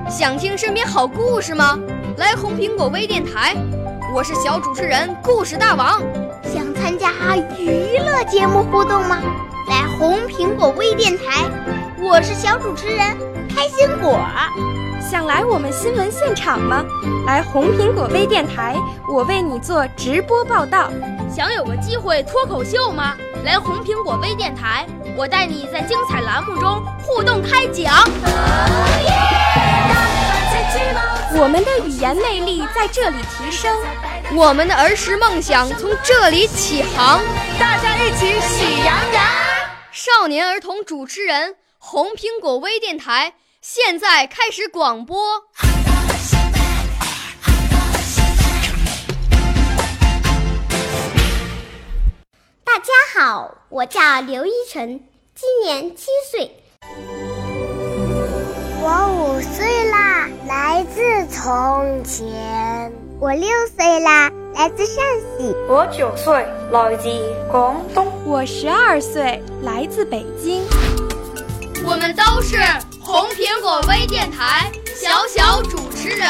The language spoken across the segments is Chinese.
想听身边好故事吗？来红苹果微电台，我是小主持人故事大王。 想参加娱乐节目互动吗？来红苹果微电台，我是小主持人开心果。 想来我们新闻现场吗？来红苹果微电台，我为你做直播报道。 想有个机会脱口秀吗？来红苹果微电台，我带你在精彩栏目中互动开讲。 我们的语言魅力在这里提升， 我们的儿时梦想从这里起航。 大家一起喜羊羊。 少年儿童主持人，红苹果微电台现在开始广播。 大家好，我叫刘依晨，今年7岁。我5岁啦，来自从前。我6岁啦，来自陕西。 我9岁，来自广东。 我12岁，来自北京。 我们都是红苹果微电台小主持人。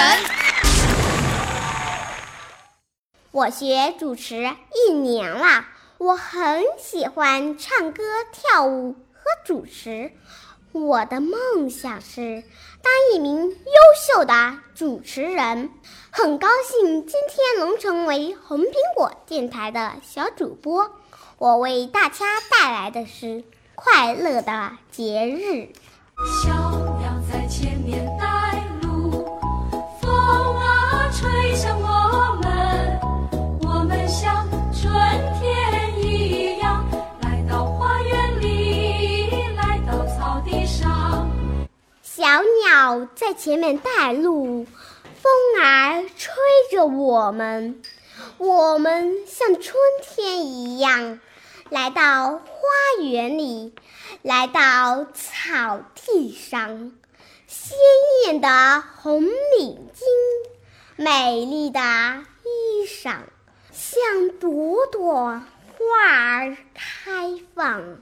我学主持1年了，我很喜欢唱歌、跳舞和主持。我的梦想是当一名优秀的主持人。很高兴今天能成为红苹果电台的小主播。我为大家带来的是快乐的节日。 小鸟在前面带路，风啊吹向我们，我们像春天一样来到花园里，来到草地上。 小鸟在前面带路，风儿吹着我们，我们像春天一样来到花园里，来到草地上。鲜艳的红领巾，美丽的衣裳，像朵朵花儿开放。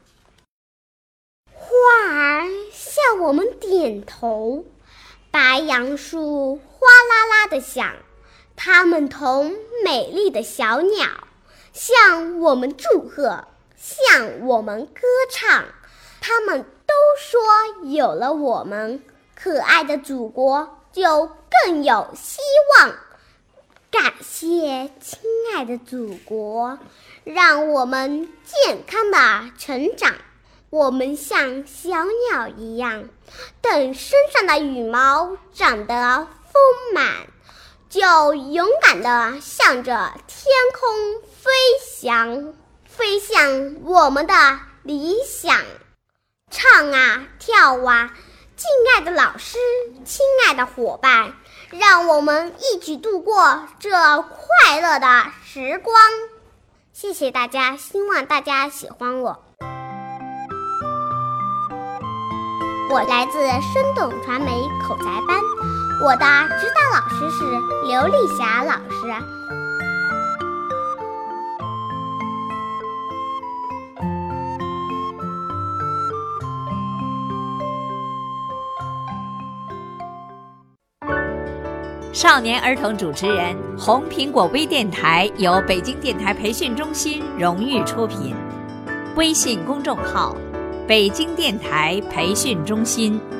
花儿向我们点头，白杨树哗啦啦地响，它们同美丽的小鸟向我们祝贺，向我们歌唱。他们都说有了我们，可爱的祖国就更有希望。感谢亲爱的祖国，让我们健康的成长。我们像小鸟一样，等身上的羽毛长得丰满，就勇敢地向着天空飞翔，飞向我们的理想。唱啊跳啊，敬爱的老师，亲爱的伙伴，让我们一起度过这快乐的时光。谢谢大家，希望大家喜欢我。我来自生动传媒口才班，我的指导老师是刘丽霞老师。 少年儿童主持人，红苹果微电台由北京电台培训中心荣誉出品，微信公众号：北京电台培训中心。